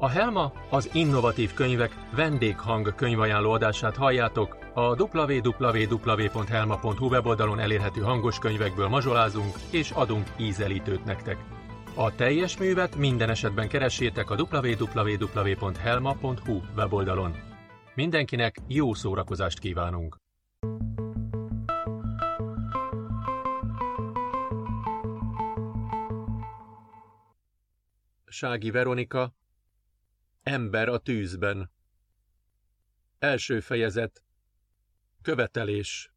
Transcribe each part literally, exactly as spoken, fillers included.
A Helma, az innovatív könyvek vendéghang könyvajánló adását halljátok. A double-u double-u double-u pont helma pont hu weboldalon elérhető hangos könyvekből mazsolázunk és adunk ízelítőt nektek. A teljes művet minden esetben keressétek a double-u double-u double-u pont helma pont hu weboldalon. Mindenkinek jó szórakozást kívánunk! Sági Veronika, Ember a tűzben. Első fejezet. Követelés.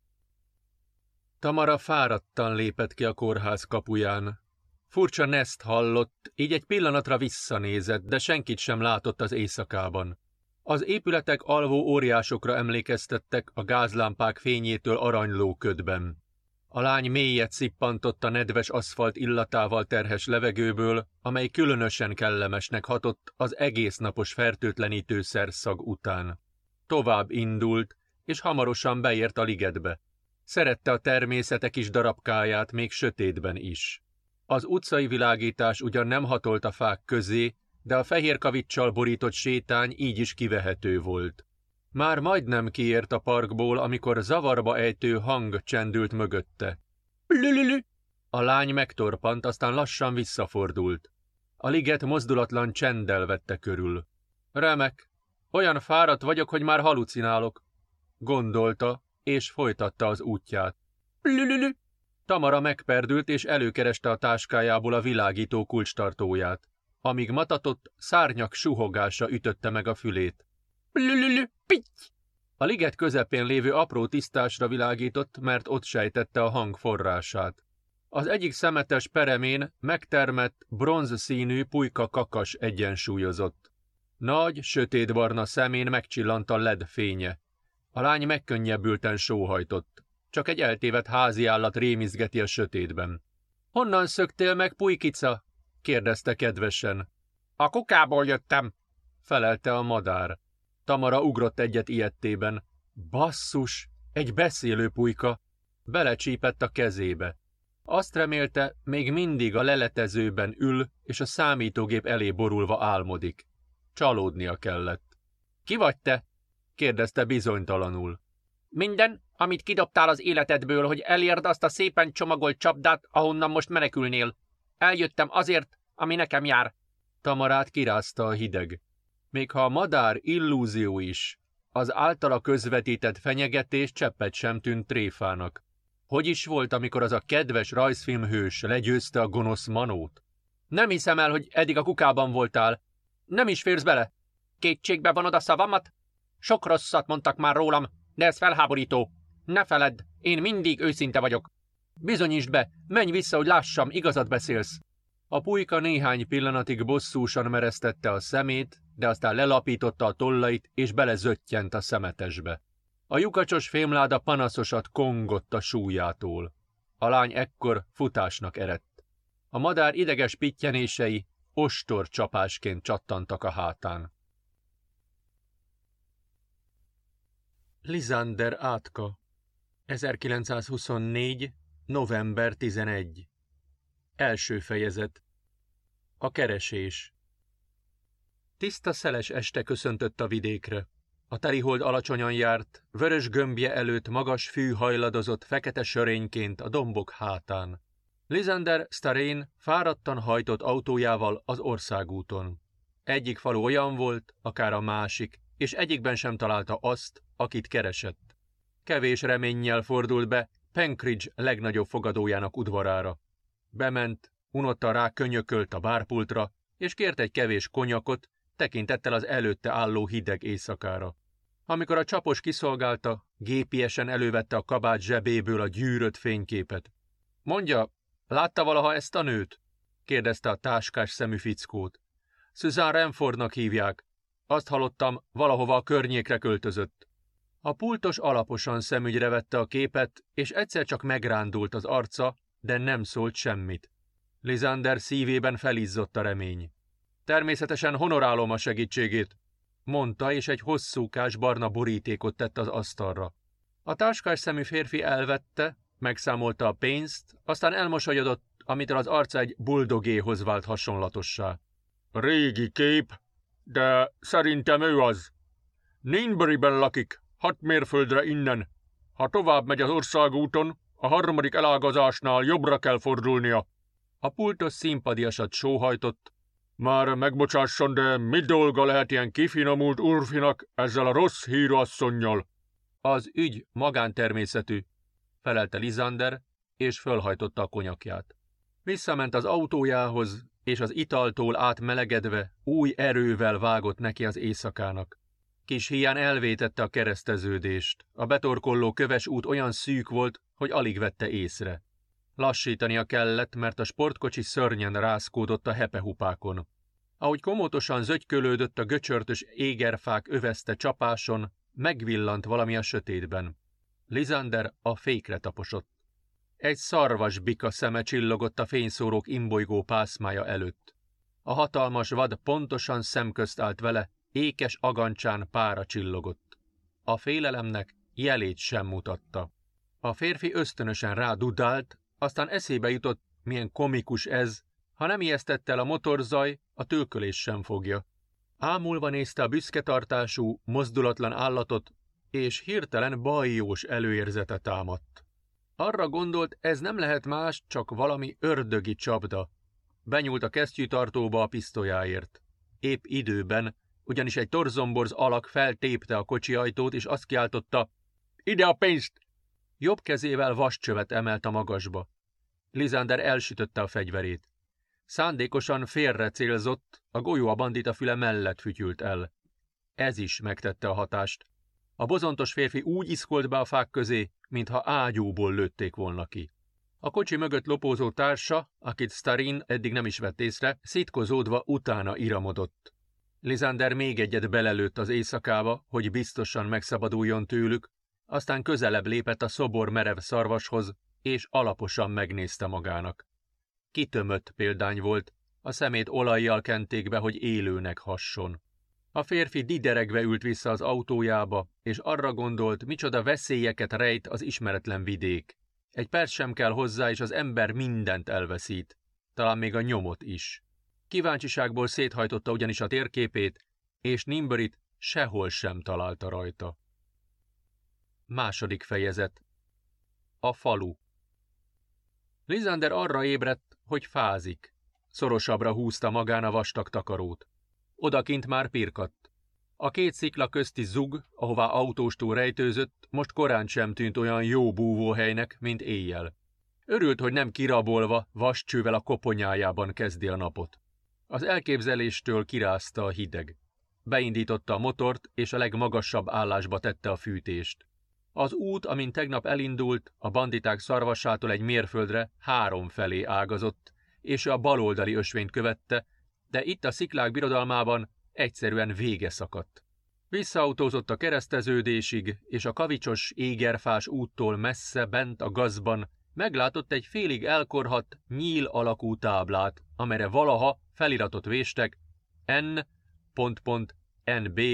Tamara fáradtan lépett ki a kórház kapuján. Furcsa neszt hallott, így egy pillanatra visszanézett, de senkit sem látott az éjszakában. Az épületek alvó óriásokra emlékeztettek a gázlámpák fényétől aranyló ködben. A lány mélyet szippantott a nedves aszfalt illatával terhes levegőből, amely különösen kellemesnek hatott az egésznapos fertőtlenítőszer szag után. Tovább indult, és hamarosan beért a ligetbe. Szerette a természete kis darabkáját még sötétben is. Az utcai világítás ugyan nem hatolt a fák közé, de a fehér kaviccsal borított sétány így is kivehető volt. Már majdnem kiért a parkból, amikor zavarba ejtő hang csendült mögötte. Lülülü! A lány megtorpant, aztán lassan visszafordult. A liget mozdulatlan csenddel vette körül. Remek, olyan fáradt vagyok, hogy már halucinálok, gondolta, és folytatta az útját. Lülülü! Tamara megperdült, és előkereste a táskájából a világító kulcstartóját. Amíg matatott, szárnyak suhogása ütötte meg a fülét. Lülülü, pitty! A liget közepén lévő apró tisztásra világított, mert ott sejtette a hang forrását. Az egyik szemetes peremén megtermett, bronzszínű pulyka kakas egyensúlyozott. Nagy, sötétbarna szemén megcsillant a led fénye. A lány megkönnyebbülten sóhajtott. Csak egy eltévedt háziállat rémizgeti a sötétben. Honnan szöktél meg, pulykica? Kérdezte kedvesen. A kukából jöttem, felelte a madár. Tamara ugrott egyet ijedtében. Basszus, egy beszélő pulyka! Belecsípett a kezébe. Azt remélte, még mindig a leletezőben ül, és a számítógép elé borulva álmodik. Csalódnia kellett. Ki vagy te? Kérdezte bizonytalanul. Minden, amit kidobtál az életedből, hogy elérd azt a szépen csomagolt csapdát, ahonnan most menekülnél. Eljöttem azért, ami nekem jár. Tamarát kirázta a hideg. Még ha a madár illúzió is, az általa közvetített fenyegetés cseppet sem tűnt tréfának. Hogy is volt, amikor az a kedves rajzfilmhős legyőzte a gonosz manót? Nem hiszem el, hogy eddig a kukában voltál. Nem is férsz bele. Kétségbe vonod a szavamat? Sok rosszat mondtak már rólam, de ez felháborító. Ne feledd, én mindig őszinte vagyok. Bizonyítsd be, menj vissza, hogy lássam, igazat beszélsz. A pulyka néhány pillanatig bosszúsan meresztette a szemét, de aztán lelapította a tollait, és belezöttyent a szemetesbe. A lyukacsos fémláda panaszosat kongott a súlyától. A lány ekkor futásnak eredt. A madár ideges pittyenései ostor csapásként csattantak a hátán. Lisander Átka, ezerkilencszázhuszonnégy. november tizenegy. Első fejezet. A keresés. Tiszta szeles este köszöntött a vidékre. A telihold alacsonyan járt, vörös gömbje előtt magas fű hajladozott fekete sörényként a dombok hátán. Lisander Starén fáradtan hajtott autójával az országúton. Egyik falu olyan volt, akár a másik, és egyikben sem találta azt, akit keresett. Kevés reménnyel fordult be Penkridge legnagyobb fogadójának udvarára. Bement, unottan rá könyökölt a bárpultra, és kért egy kevés konyakot, tekintettel az előtte álló hideg éjszakára. Amikor a csapos kiszolgálta, gépiesen elővette a kabát zsebéből a gyűrött fényképet. Mondja, látta valaha ezt a nőt? Kérdezte a táskás szemű fickót. Susan Renfordnak hívják. Azt hallottam, valahova a környékre költözött. A pultos alaposan szemügyre vette a képet, és egyszer csak megrándult az arca, de nem szólt semmit. Lisander szívében felizzott a remény. Természetesen honorálom a segítségét, mondta, és egy hosszúkás barna borítékot tett az asztalra. A táskás szemű férfi elvette, megszámolta a pénzt, aztán elmosolyodott, amitől az arca egy buldogéhoz vált hasonlatossá. Régi kép, De szerintem ő az. Ninburyben lakik, hat mérföldre innen. Ha tovább megy az országúton, a harmadik elágazásnál jobbra kell fordulnia. A pultos színpadiasat sóhajtott. Már megbocsásson, de mi dolga lehet ilyen kifinomult úrfinak ezzel a rossz hírű asszonnyal? Az ügy magántermészetű, felelte Lysander, és fölhajtotta a konyakját. Visszament az autójához, és az italtól átmelegedve új erővel vágott neki az éjszakának. Kis híján elvétette a kereszteződést. A betorkolló köves út olyan szűk volt, hogy alig vette észre. Lassítania kellett, mert a sportkocsi szörnyen rázkódott a hepehupákon. Ahogy komótosan zögykölődött a göcsörtös égerfák övezte csapáson, megvillant valami a sötétben. Lysander a fékre taposott. Egy szarvas bika szeme csillogott a fényszórók imbolygó pászmája előtt. A hatalmas vad pontosan szemközt állt vele, ékes agancsán pára csillogott. A félelemnek jelét sem mutatta. A férfi ösztönösen rádudált, aztán eszébe jutott, milyen komikus ez, ha nem ijesztett el a motorzaj, a tőkölés sem fogja. Ámulva nézte a büszketartású, mozdulatlan állatot, és hirtelen bajós előérzete támadt. Arra gondolt, ez nem lehet más, csak valami ördögi csapda. Benyúlt a kesztyűtartóba a pisztolyáért. Épp időben, ugyanis egy torzomborz alak feltépte a kocsi ajtót, és azt kiáltotta, ide a pénzt! Jobb kezével vascsövet emelt a magasba. Lysander elsütötte a fegyverét. Szándékosan félre célzott, a golyó a bandita füle mellett fütyült el. Ez is megtette a hatást. A bozontos férfi úgy iszkolt be a fák közé, mintha ágyúból lőtték volna ki. A kocsi mögött lopózó társa, akit Starin eddig nem is vett észre, szitkozódva utána iramodott. Lysander még egyet belelőtt az éjszakába, hogy biztosan megszabaduljon tőlük, aztán közelebb lépett a szobor merev szarvashoz, és alaposan megnézte magának. Kitömött példány volt, a szemét olajjal kenték be, hogy élőnek hasson. A férfi dideregve ült vissza az autójába, és arra gondolt, micsoda veszélyeket rejt az ismeretlen vidék. Egy perc sem kell hozzá, és az ember mindent elveszít, talán még a nyomot is. Kíváncsiságból széthajtotta ugyanis a térképét, és Ninburyt sehol sem találta rajta. Második fejezet. A falu. Lysander arra ébredt, hogy fázik. Szorosabbra húzta magán a vastag takarót. Odakint már pirkadt. A két szikla közti zug, ahová autóstól rejtőzött, most korán sem tűnt olyan jó búvóhelynek, mint éjjel. Örült, hogy nem kirabolva, vascsővel a koponyájában kezdi a napot. Az elképzeléstől kirázta a hideg. Beindította a motort, és a legmagasabb állásba tette a fűtést. Az út, amin tegnap elindult, a banditák szarvasától egy mérföldre három felé ágazott, és a baloldali ösvényt követte, de itt a sziklák birodalmában egyszerűen vége szakadt. Visszaautózott a kereszteződésig, és a kavicsos égerfás úttól messze bent a gazban meglátott egy félig elkorhadt, nyíl alakú táblát, amelyre valaha feliratot véstek N N B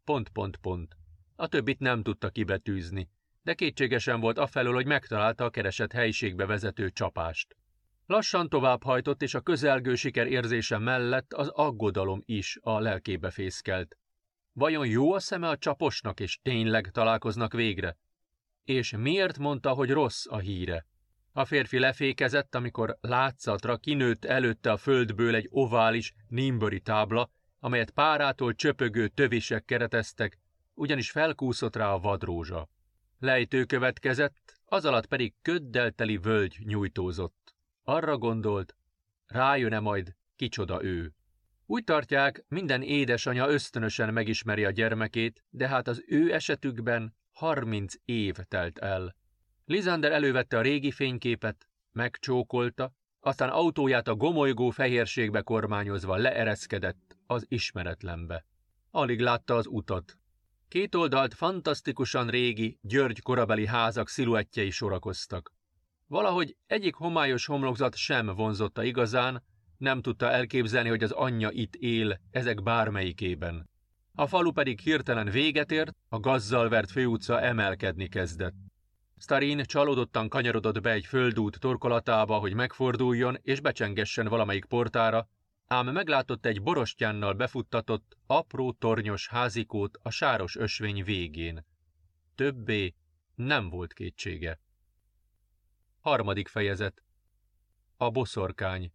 A többit nem tudta kibetűzni, de kétségesen volt afelől, hogy megtalálta a keresett helyiségbe vezető csapást. Lassan továbbhajtott, és a közelgő siker érzése mellett az aggodalom is a lelkébe fészkelt. Vajon jó a szeme a csaposnak, és tényleg találkoznak végre? És miért mondta, hogy rossz a híre? A férfi lefékezett, amikor látszatra kinőtt előtte a földből egy ovális Ninbury tábla, amelyet párától csöpögő tövisek kereteztek, ugyanis felkúszott rá a vadrózsa. Lejtő következett, az alatt pedig köddel teli völgy nyújtózott. Arra gondolt, rájön-e majd, kicsoda ő. Úgy tartják, minden édesanya ösztönösen megismeri a gyermekét, de hát az ő esetükben harminc év telt el. Lysander elővette a régi fényképet, megcsókolta, aztán autóját a gomolygó fehérségbe kormányozva leereszkedett az ismeretlenbe. Alig látta az utat. Két oldalt fantasztikusan régi, György korabeli házak sziluettjei sorakoztak. Valahogy egyik homályos homlokzat sem vonzotta igazán, nem tudta elképzelni, hogy az anyja itt él, ezek bármelyikében. A falu pedig hirtelen véget ért, a gazzal vert főutca emelkedni kezdett. Starin csalódottan kanyarodott be egy földút torkolatába, hogy megforduljon és becsengessen valamelyik portára, ám meglátott egy borostyánnal befuttatott, apró tornyos házikót a sáros ösvény végén. Többé nem volt kétsége. Harmadik fejezet. A boszorkány.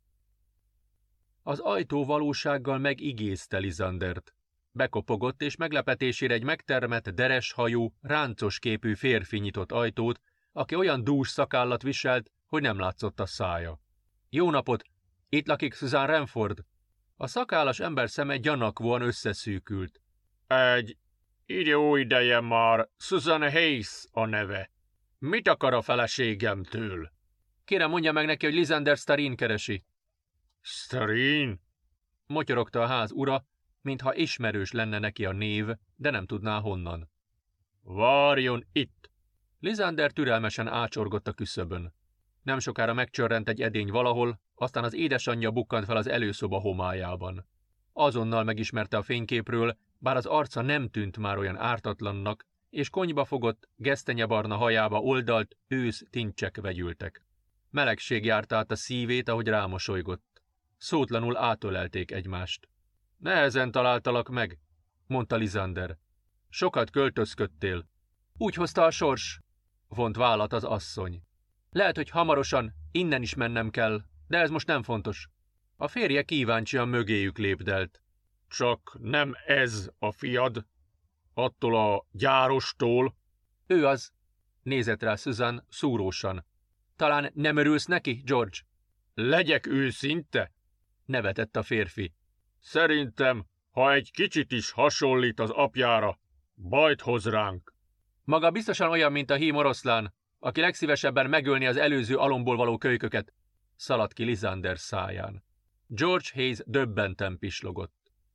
Az ajtó valósággal megigézte Lysandert. Bekopogott, és meglepetésére egy megtermett, dereshajú, ráncos képű férfi nyitott ajtót, aki olyan dús szakállat viselt, hogy nem látszott a szája. Jó napot! Itt lakik Susan Renford. A szakállas ember szeme gyanakvóan összeszűkült. Egy jó ideje már, Susan Hayes a neve. Mit akar a feleségemtől? Kérem, mondja meg neki, hogy Lysander Starine keresi. Starine? Motyorogta a ház ura, mintha ismerős lenne neki a név, de nem tudná honnan. Várjon itt! Lysander türelmesen ácsorgott a küszöbön. Nem sokára megcsörrent egy edény valahol, aztán az édesanyja bukkant fel az előszoba homályában. Azonnal megismerte a fényképről, bár az arca nem tűnt már olyan ártatlannak, és konyba fogott, gesztenyebarna hajába oldalt, ősz tincsek vegyültek. Melegség járt át a szívét, ahogy rámosolygott. Szótlanul átölelték egymást. Nehezen találtalak meg, mondta Lysander. Sokat költözködtél. Úgy hozta a sors, vont vállat az asszony. Lehet, hogy hamarosan innen is mennem kell, de ez most nem fontos. A férje kíváncsian mögéjük lépdelt. Csak nem ez a fiad? Attól a gyárostól? Ő az, nézett rá Susan szúrósan. Talán nem örülsz neki, George? Legyek őszinte? Nevetett a férfi. Szerintem, ha egy kicsit is hasonlít az apjára, bajt hoz ránk. Maga biztosan olyan, mint a hím oroszlán, aki legszívesebben megölni az előző alomból való kölyköket, szaladt ki Lysander száján. George Hayes döbbenten pislogott.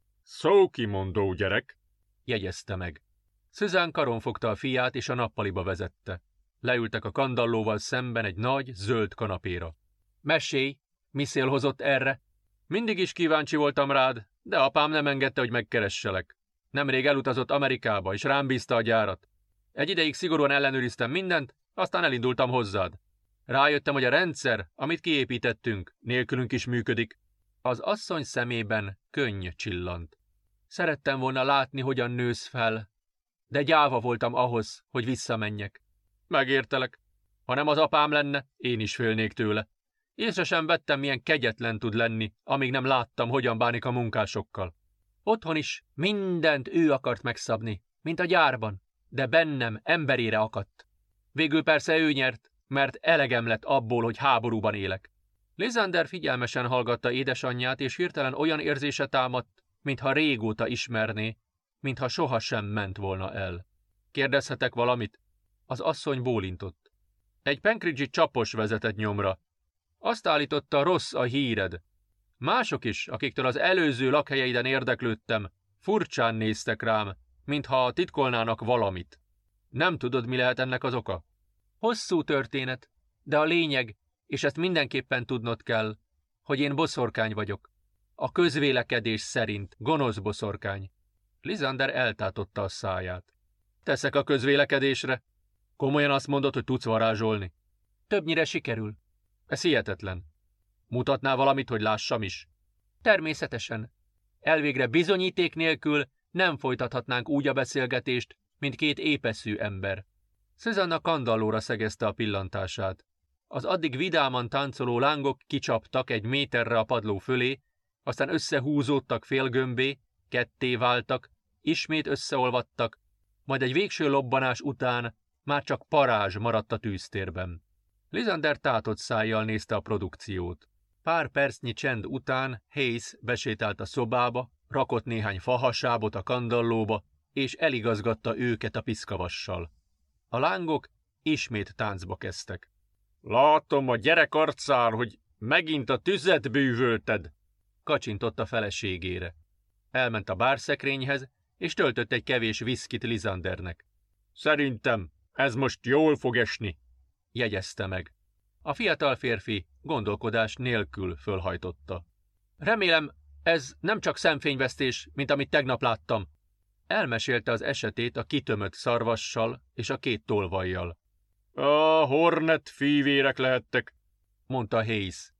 Szókimondó gyerek, jegyezte meg. Susan karon fogta a fiát, és a nappaliba vezette. Leültek a kandallóval szemben egy nagy, zöld kanapéra. Mesélj, mi szél hozott erre? Mindig is kíváncsi voltam rád, de apám nem engedte, hogy megkeresselek. Nemrég elutazott Amerikába, és rám bízta a gyárat. Egy ideig szigorúan ellenőriztem mindent, aztán elindultam hozzád. Rájöttem, hogy a rendszer, amit kiépítettünk, nélkülünk is működik. Az asszony szemében könny csillant. Szerettem volna látni, hogyan nősz fel, de gyáva voltam ahhoz, hogy visszamenjek. Megértelek. Ha nem az apám lenne, én is félnék tőle. Észre sem vettem, milyen kegyetlen tud lenni, amíg nem láttam, hogyan bánik a munkásokkal. Otthon is mindent ő akart megszabni, mint a gyárban, de bennem emberére akadt. Végül persze ő nyert, mert elegem lett abból, hogy háborúban élek. Lysander figyelmesen hallgatta édesanyját, és hirtelen olyan érzése támadt, mintha régóta ismerné, mintha sohasem ment volna el. Kérdezhetek valamit? Az asszony bólintott. Egy Penkridge-i csapos vezetett nyomra. Azt állította, rossz a híred. Mások is, akiktől az előző lakhelyeiden érdeklődtem, furcsán néztek rám, mintha titkolnának valamit. Nem tudod, mi lehet ennek az oka? Hosszú történet, de a lényeg, és ezt mindenképpen tudnod kell, hogy én boszorkány vagyok. A közvélekedés szerint gonosz boszorkány. Lysander eltátotta a száját. Teszek a közvélekedésre? Komolyan azt mondod, hogy tudsz varázsolni? Többnyire sikerül. Ez hihetetlen. Mutatná valamit, hogy lássam is? Természetesen. Elvégre bizonyíték nélkül nem folytathatnánk úgy a beszélgetést, mint két épeszű ember. Susanna kandallóra szegezte a pillantását. Az addig vidáman táncoló lángok kicsaptak egy méterre a padló fölé, aztán összehúzódtak félgömbé, ketté váltak, ismét összeolvadtak, majd egy végső lobbanás után már csak parázs maradt a tűztérben. Lysander tátott szájjal nézte a produkciót. Pár percnyi csend után Hayes besétált a szobába, rakott néhány fahasábot a kandallóba, és eligazgatta őket a piszkavassal. A lángok ismét táncba kezdtek. Látom a gyerek arcán, hogy megint a tüzet bűvölted, kacsintott a feleségére. Elment a bárszekrényhez, és töltött egy kevés viszkit Lysandernek. Szerintem ez most jól fog esni, jegyezte meg. A fiatal férfi gondolkodás nélkül fölhajtotta. Remélem, ez nem csak szemfényvesztés, mint amit tegnap láttam. Elmesélte az esetét a kitömött szarvassal és a két tolvajjal. A Hornet fivérek lehettek, mondta Hayes.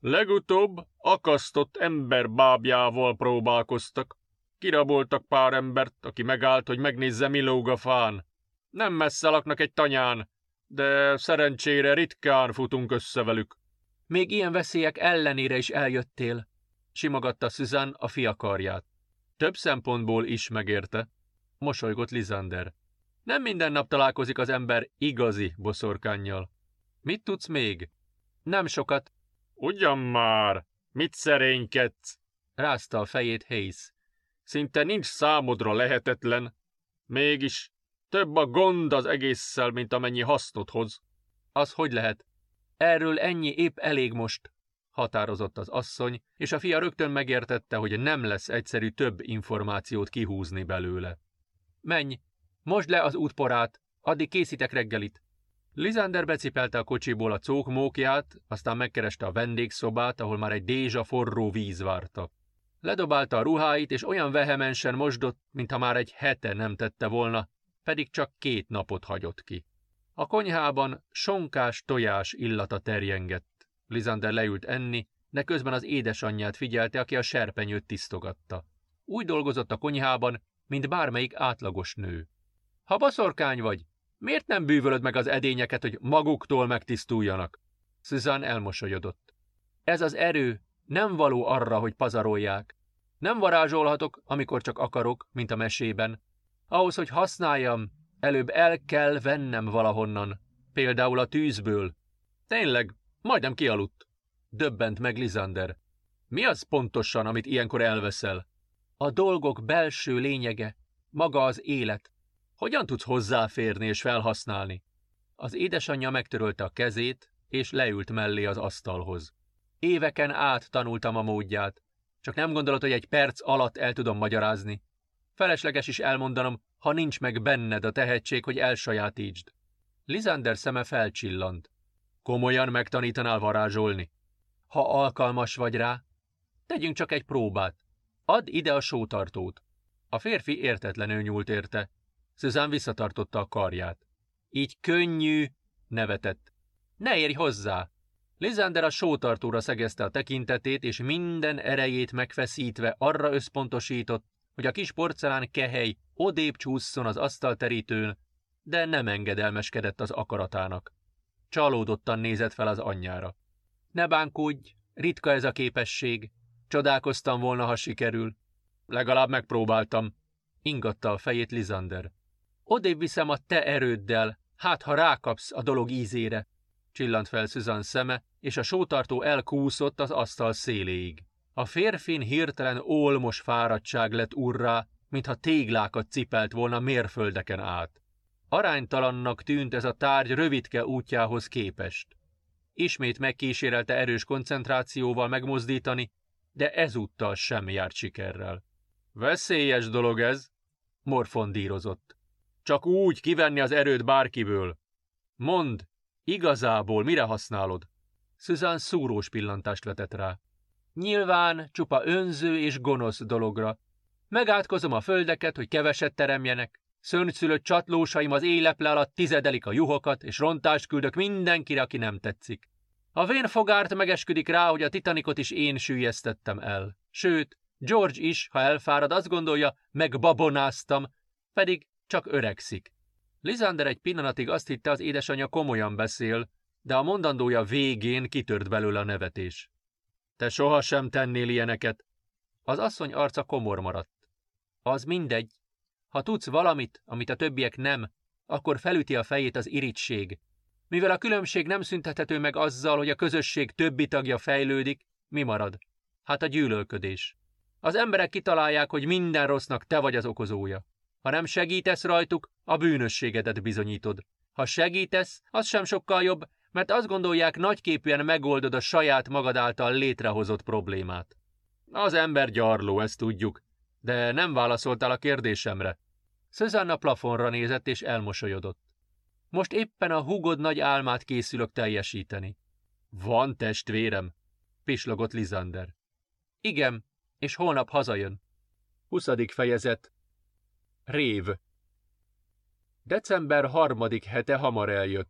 Legutóbb akasztott ember bábjával próbálkoztak. Kiraboltak pár embert, aki megállt, hogy megnézze, mi lóg a fán. Nem messze laknak egy tanyán, de szerencsére ritkán futunk össze velük. Még ilyen veszélyek ellenére is eljöttél, simogatta Susan a fia karját. Több szempontból is megérte, mosolygott Lysander. Nem minden nap találkozik az ember igazi boszorkánnyal. Mit tudsz még? Nem sokat. Ugyan már, mit szerénykedsz? Rázta a fejét Hayes. Szinte nincs számodra lehetetlen. Mégis több a gond az egésszel, mint amennyi hasznot hoz. Az hogy lehet? Erről ennyi épp elég most, határozott az asszony, és a fia rögtön megértette, hogy nem lesz egyszerű több információt kihúzni belőle. Menj, mosd le az útporát, addig készítek reggelit. Lysander becipelte a kocsiból a cókmókját, aztán megkereste a vendégszobát, ahol már egy dézsa forró víz várta. Ledobálta a ruháit, és olyan vehemensen mosdott, mintha már egy hete nem tette volna, pedig csak két napot hagyott ki. A konyhában sonkás tojás illata terjengett. Lysander leült enni, de közben az édesanyját figyelte, aki a serpenyőt tisztogatta. Úgy dolgozott a konyhában, mint bármelyik átlagos nő. Ha boszorkány vagy, miért nem bűvölöd meg az edényeket, hogy maguktól megtisztuljanak? Susan elmosolyodott. Ez az erő nem való arra, hogy pazarolják. Nem varázsolhatok, amikor csak akarok, mint a mesében. Ahhoz, hogy használjam, előbb el kell vennem valahonnan, például a tűzből. Tényleg, majdnem kialudt. Döbbent meg Lysander. Mi az pontosan, amit ilyenkor elveszel? A dolgok belső lényege, maga az élet. Hogyan tudsz hozzáférni és felhasználni? Az édesanyja megtörölte a kezét, és leült mellé az asztalhoz. Éveken át tanultam a módját, csak nem gondolod, hogy egy perc alatt el tudom magyarázni. Felesleges is elmondanom, ha nincs meg benned a tehetség, hogy elsajátítsd. Lysander szeme felcsillant. Komolyan megtanítanál varázsolni? Ha alkalmas vagy rá, tegyünk csak egy próbát. Add ide a sótartót. A férfi értetlenül nyúlt érte. Susan visszatartotta a karját. Így könnyű, nevetett. Ne érj hozzá! Lysander a sótartóra szegezte a tekintetét, és minden erejét megfeszítve arra összpontosított, hogy a kis porcelán kehely odébb csússzon az asztalterítőn, de nem engedelmeskedett az akaratának. Csalódottan nézett fel az anyjára. Ne bánkódj, ritka ez a képesség. Csodálkoztam volna, ha sikerül. Legalább megpróbáltam, ingatta a fejét Lysander. Odébb viszem a te erőddel, hát ha rákapsz a dolog ízére. Csillant fel Susan szeme, és a sótartó elkúszott az asztal széléig. A férfin hirtelen ólmos fáradtság lett urrá, mintha téglákat cipelt volna mérföldeken át. Aránytalannak tűnt ez a tárgy rövidke útjához képest. Ismét megkísérelte erős koncentrációval megmozdítani, de ezúttal sem járt sikerrel. Veszélyes dolog ez, morfondírozott. Csak úgy kivenni az erőt bárkiből. Mondd, igazából mire használod? Susan szúrós pillantást vetett rá. Nyilván csupa önző és gonosz dologra. Megátkozom a földeket, hogy keveset teremjenek. Szörnyszülött csatlósaim az éleple alatt tizedelik a juhokat, és rontást küldök mindenkire, aki nem tetszik. A vén fogárt megesküdik rá, hogy a Titanicot is én süllyesztettem el. Sőt, George is, ha elfárad, azt gondolja, megbabonáztam, pedig csak öregszik. Lysander egy pillanatig azt hitte, az édesanyja komolyan beszél, de a mondandója végén kitört belőle a nevetés. Te sohasem tennél ilyeneket. Az asszony arca komor maradt. Az mindegy. Ha tudsz valamit, amit a többiek nem, akkor felüti a fejét az irigység. Mivel a különbség nem szüntethető meg azzal, hogy a közösség többi tagja fejlődik, mi marad? Hát a gyűlölködés. Az emberek kitalálják, hogy minden rossznak te vagy az okozója. Ha nem segítesz rajtuk, a bűnösségedet bizonyítod. Ha segítesz, az sem sokkal jobb, mert azt gondolják, nagyképűen megoldod a saját magad által létrehozott problémát. Az ember gyarló, ezt tudjuk, de nem válaszoltál a kérdésemre. Susanna plafonra nézett és elmosolyodott. Most éppen a húgod nagy álmát készülök teljesíteni. Van testvérem, pislogott Lysander. Igen, és holnap hazajön. Huszadik fejezet. Rév. December harmadik hete hamar eljött.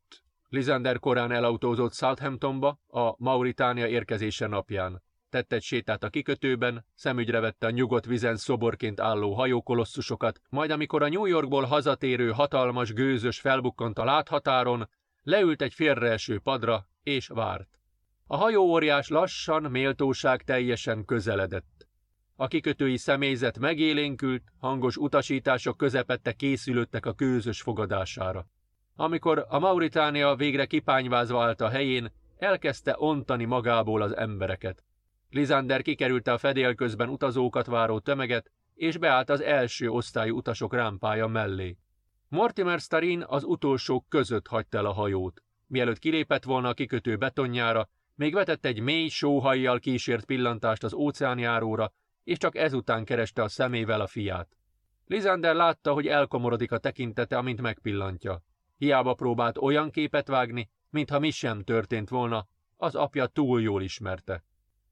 Lysander korán elautózott Southamptonba a Mauritánia érkezése napján. Tett egy sétát a kikötőben, szemügyre vette a nyugodt vizen szoborként álló hajókolosszusokat, majd amikor a New Yorkból hazatérő hatalmas gőzös felbukkant a láthatáron, leült egy félreeső padra, és várt. A hajóóriás lassan, méltóság teljesen közeledett. A kikötői személyzet megélénkült, hangos utasítások közepette készülődtek a gőzös fogadására. Amikor a Mauritánia végre kipányvázva állt a helyén, elkezdte ontani magából az embereket. Lysander kikerülte a fedélközben utazókat váró tömeget, és beállt az első osztályú utasok rámpája mellé. Mortimer Starin az utolsók között hagyta el a hajót. Mielőtt kilépett volna a kikötő betonjára, még vetett egy mély sóhajjal kísért pillantást az óceánjáróra, és csak ezután kereste a szemével a fiát. Lysander látta, hogy elkomorodik a tekintete, amint megpillantja. Hiába próbált olyan képet vágni, mintha mi sem történt volna, az apja túl jól ismerte.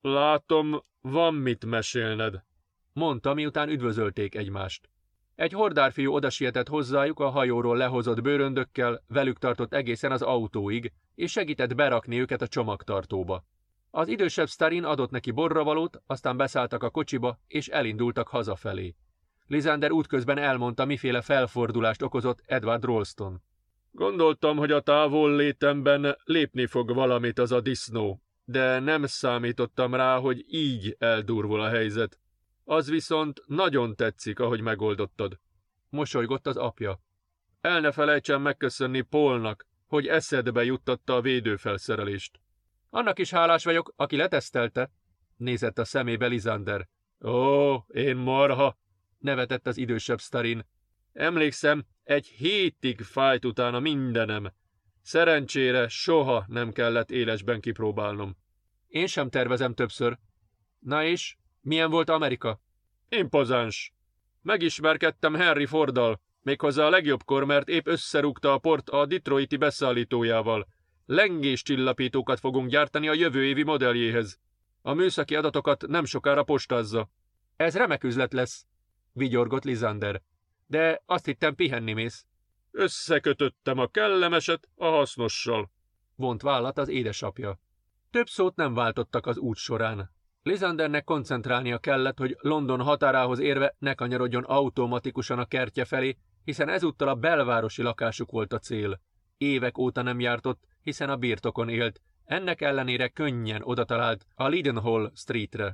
Látom, van mit mesélned, mondta, miután üdvözölték egymást. Egy hordárfiú odasietett hozzájuk a hajóról lehozott bőröndökkel, velük tartott egészen az autóig, és segített berakni őket a csomagtartóba. Az idősebb Starin adott neki borravalót, aztán beszálltak a kocsiba, és elindultak hazafelé. Lysander útközben elmondta, miféle felfordulást okozott Edward Ralston. Gondoltam, hogy a távol létemben lépni fog valamit az a disznó, de nem számítottam rá, hogy így eldurvul a helyzet. Az viszont nagyon tetszik, ahogy megoldottad. Mosolygott az apja. El ne felejtsen megköszönni Paulnak, hogy eszedbe juttatta a védőfelszerelést. Annak is hálás vagyok, aki letesztelte, nézett a szemébe Lysander. Ó, én marha, nevetett az idősebb Starin. Emlékszem, egy hétig fájt utána mindenem. Szerencsére soha nem kellett élesben kipróbálnom. Én sem tervezem többször. Na és, milyen volt Amerika? Impozáns. Megismerkedtem Henry Forddal, méghozzá a legjobbkor, mert épp összerúgta a port a detroiti beszállítójával. Lengéscsillapítókat fogunk gyártani a jövő évi modelljéhez. A műszaki adatokat nem sokára postázza. Ez remek üzlet lesz, vigyorgott Lysander. De azt hittem, pihenni mész. Összekötöttem a kellemeset a hasznossal, vont vállat az édesapja. Több szót nem váltottak az út során. Lysandernek koncentrálnia kellett, hogy London határához érve ne kanyarodjon automatikusan a kertje felé, hiszen ezúttal a belvárosi lakásuk volt a cél. Évek óta nem járt ott, hiszen a birtokon élt, ennek ellenére könnyen odatalált a Leadenhall Streetre.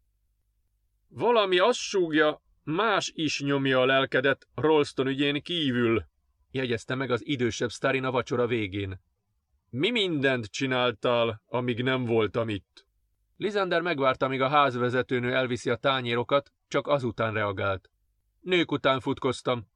Valami azt súgja, más is nyomja a lelkedet Ralston ügyén kívül, jegyezte meg az idősebb Starin a vacsora végén. Mi mindent csináltál, amíg nem voltam itt? Lysander megvárta, míg a házvezetőnő elviszi a tányérokat, csak azután reagált. Nők után futkoztam.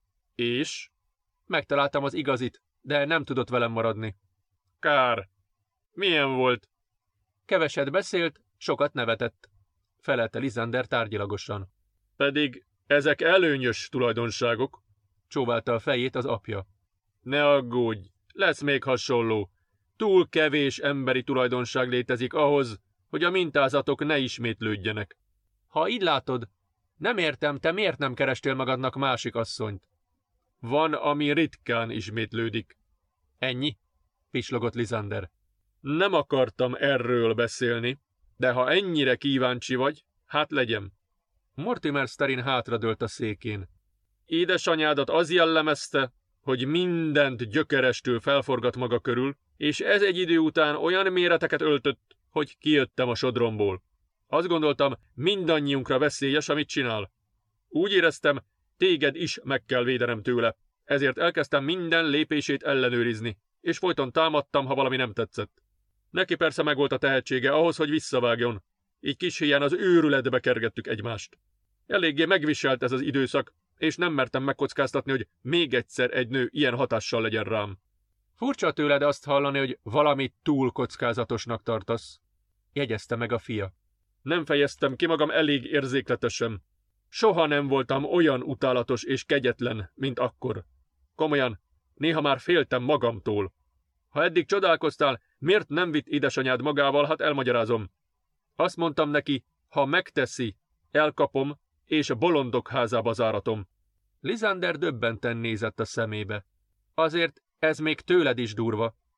És? Megtaláltam az igazit, de nem tudott velem maradni. Kár. Milyen volt? Keveset beszélt, sokat nevetett, felelte Lysander tárgyilagosan. Pedig ezek előnyös tulajdonságok, csóválta a fejét az apja. Ne aggódj, lesz még hasonló. Túl kevés emberi tulajdonság létezik ahhoz, hogy a mintázatok ne ismétlődjenek. Ha így látod, nem értem, te miért nem kerestél magadnak másik asszonyt? Van, ami ritkán ismétlődik. Ennyi? Pislogott Lysander. Nem akartam erről beszélni, de ha ennyire kíváncsi vagy, hát legyen. Mortimer Starin hátradőlt a székén. Édesanyádat az jellemezte, hogy mindent gyökerestől felforgat maga körül, és ez egy idő után olyan méreteket öltött, hogy kijöttem a sodromból. Azt gondoltam, mindannyiunkra veszélyes, amit csinál. Úgy éreztem, téged is meg kell védenem tőle, ezért elkezdtem minden lépését ellenőrizni, és folyton támadtam, ha valami nem tetszett. Neki persze megvolt a tehetsége ahhoz, hogy visszavágjon. Így kis híján az őrületbe kergettük egymást. Eléggé megviselt ez az időszak, és nem mertem megkockáztatni, hogy még egyszer egy nő ilyen hatással legyen rám. Furcsa tőled azt hallani, hogy valamit túl kockázatosnak tartasz, jegyezte meg a fia. Nem fejeztem ki magam elég érzékletesen. Soha nem voltam olyan utálatos és kegyetlen, mint akkor. Komolyan, néha már féltem magamtól. Ha eddig csodálkoztál, miért nem vitt édesanyád magával, hát elmagyarázom. Azt mondtam neki, ha megteszi, elkapom, és a bolondok házába záratom. Lysander döbbenten nézett a szemébe. Azért ez még tőled is durva.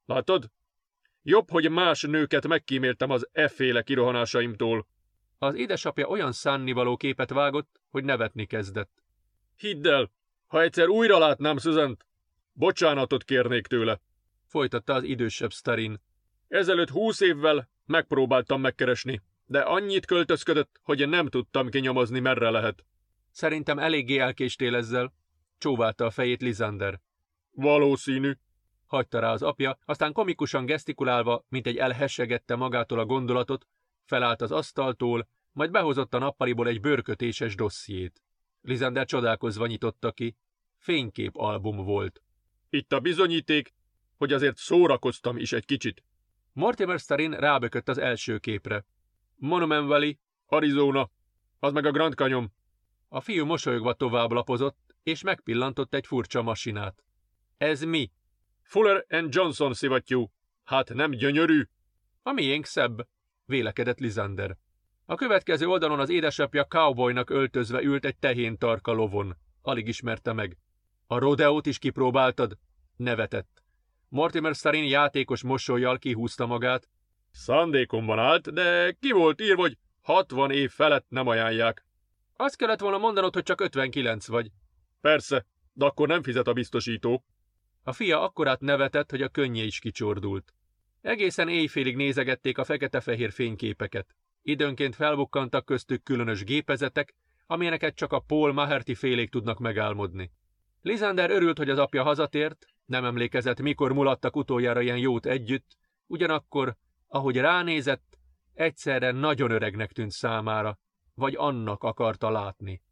Látod? Jobb, hogy más nőket megkíméltem az efféle kirohanásaimtól. Az édesapja olyan szánnivaló képet vágott, hogy nevetni kezdett. Hidd el, ha egyszer újra látnám Susant, bocsánatot kérnék tőle. Folytatta az idősebb Starin. Ezelőtt húsz évvel megpróbáltam megkeresni, de annyit költözködött, hogy nem tudtam kinyomozni, merre lehet. Szerintem eléggé elkéstél ezzel, csóválta a fejét Lysander. Valószínű. Hagyta rá az apja, aztán komikusan gesztikulálva, mint egy elhessegette magától a gondolatot, felállt az asztaltól, majd behozott a nappaliból egy bőrkötéses dossziét. Lysander csodálkozva nyitotta ki. Fényképalbum volt. Itt a bizonyíték, hogy azért szórakoztam is egy kicsit. Mortimer Starin rábökött az első képre. Monument Valley, Arizona, az meg a Grand Canyon. A fiú mosolyogva tovább lapozott, és megpillantott egy furcsa masinát. Ez mi? Fuller and Johnson szivattyú. Hát nem gyönyörű? A miénk szebb, vélekedett Lysander. A következő oldalon az édesapja cowboynak öltözve ült egy tehéntarka lovon. Alig ismerte meg. A rodeót is kipróbáltad? Nevetett. Mortimer Starin játékos mosollyal kihúzta magát. Szándékomban állt, de ki volt írva, hogy hatvan év felett nem ajánlják. Azt kellett volna mondanod, hogy csak ötvenkilenc vagy. Persze, de akkor nem fizet a biztosító. A fia akkorát nevetett, hogy a könnye is kicsordult. Egészen éjfélig nézegették a fekete-fehér fényképeket. Időnként felbukkantak köztük különös gépezetek, amilyeneket csak a Paul Maherty félék tudnak megálmodni. Lysander örült, hogy az apja hazatért, nem emlékezett, mikor mulattak utoljára ilyen jót együtt, ugyanakkor, ahogy ránézett, egyszerre nagyon öregnek tűnt számára, vagy annak akarta látni.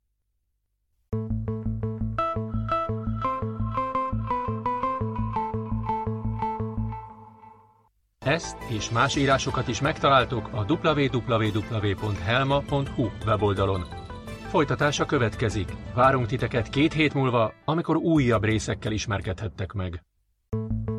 Ezt és más írásokat is megtaláltok a double-u double-u double-u pont helma pont hu weboldalon. Folytatása következik. Várunk titeket két hét múlva, amikor újabb részekkel ismerkedhettek meg.